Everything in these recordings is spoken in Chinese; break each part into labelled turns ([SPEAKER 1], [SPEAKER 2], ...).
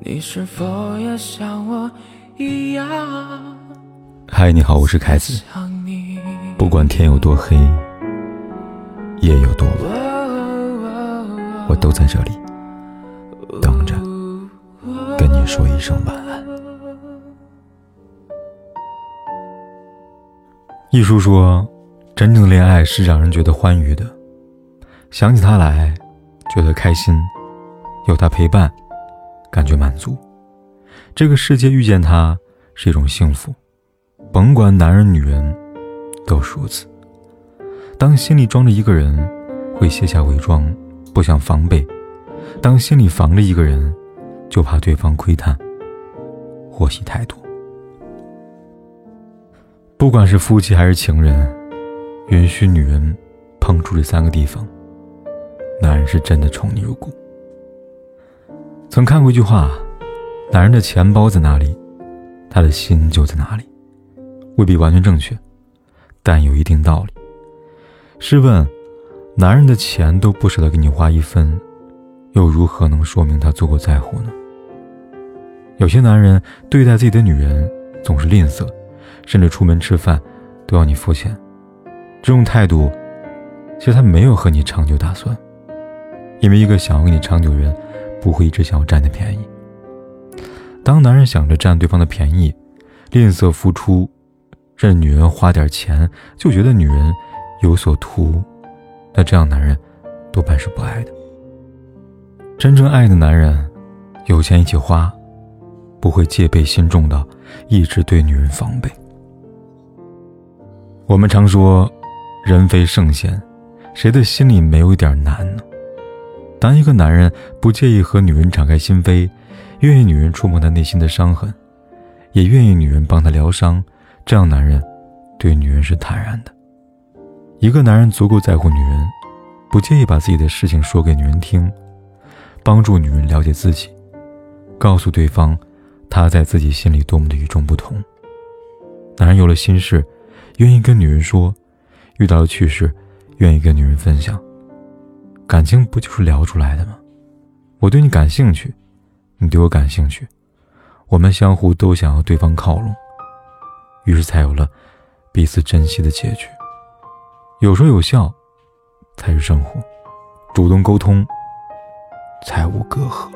[SPEAKER 1] 你是否也像我一样？
[SPEAKER 2] 嗨，你好，我是凯子。不管天有多黑，夜有多晚，我都在这里等着跟你说一声晚安。一书说，真正的恋爱是让人觉得欢愉的，想起他来觉得开心，有他陪伴感觉满足，这个世界遇见他是一种幸福，甭管男人女人都是如此。当心里装着一个人，会卸下伪装，不想防备；当心里防着一个人，就怕对方窥探或喜太多。不管是夫妻还是情人，允许女人碰触这三个地方，男人是真的宠你入骨。曾看过一句话，男人的钱包在哪里，他的心就在哪里。未必完全正确，但有一定道理。试问，男人的钱都不舍得给你花一分，又如何能说明他足够在乎呢？有些男人对待自己的女人总是吝啬，甚至出门吃饭都要你付钱。这种态度，其实他没有和你长久打算。因为一个想要跟你长久的人，不会一直想要占你的便宜。当男人想着占对方的便宜，吝啬付出，任女人花点钱就觉得女人有所图，那这样男人多半是不爱的。真正爱的男人，有钱一起花，不会戒备心重到一直对女人防备。我们常说人非圣贤，谁的心里没有一点难呢？当一个男人不介意和女人敞开心扉，愿意女人触碰他内心的伤痕，也愿意女人帮他疗伤，这样男人对女人是坦然的。一个男人足够在乎女人，不介意把自己的事情说给女人听，帮助女人了解自己，告诉对方他在自己心里多么的与众不同。男人有了心事愿意跟女人说，遇到了趣事愿意跟女人分享。感情不就是聊出来的吗？我对你感兴趣，你对我感兴趣，我们相互都想要对方靠拢，于是才有了彼此珍惜的结局。有说有笑才是生活，主动沟通才无隔阂。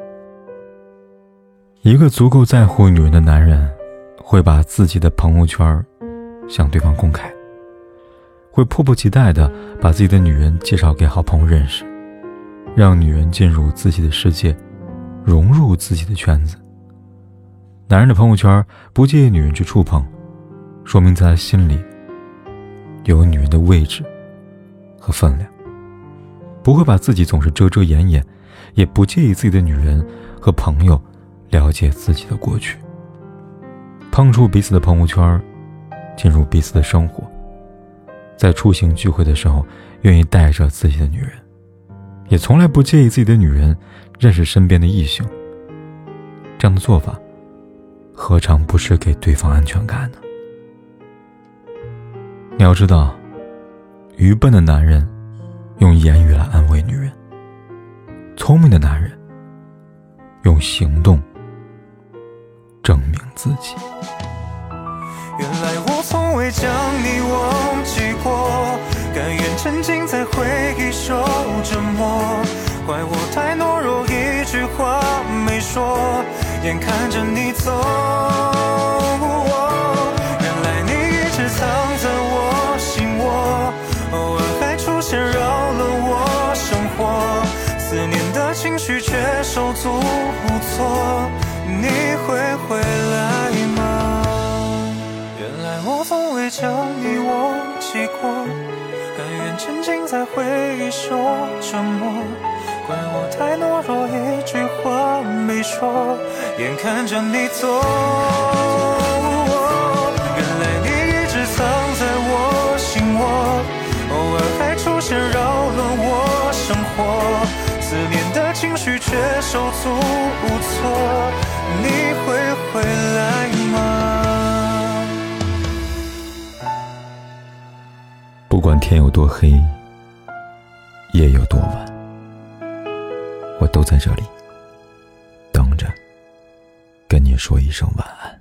[SPEAKER 2] 一个足够在乎女人的男人，会把自己的朋友圈向对方公开，会迫不及待地把自己的女人介绍给好朋友认识，让女人进入自己的世界，融入自己的圈子。男人的朋友圈不介意女人去触碰，说明在他心里有女人的位置和分量，不会把自己总是遮遮掩掩，也不介意自己的女人和朋友了解自己的过去。碰触彼此的朋友圈，进入彼此的生活，在出行聚会的时候愿意带着自己的女人，也从来不介意自己的女人认识身边的异性。这样的做法何尝不是给对方安全感呢？你要知道，愚笨的男人用言语来安慰女人，聪明的男人用行动证明自己。
[SPEAKER 3] 原来我从未将你忘记过，甘愿沉浸在回忆受折磨，怪我太懦弱，一句话没说，眼看着你走。原来你一直藏在我心窝，偶尔还出现扰了我生活，思念的情绪却手足无措，你会回来吗？我从未将你忘记过，甘愿沉浸在回忆受折磨，怪我太懦弱，一句话没说，眼看着你走。原来你一直藏在我心窝，偶尔还出现扰乱我生活，思念的情绪却手足无措，你会回来吗？
[SPEAKER 2] 不管天有多黑，夜有多晚，我都在这里等着说一声晚安。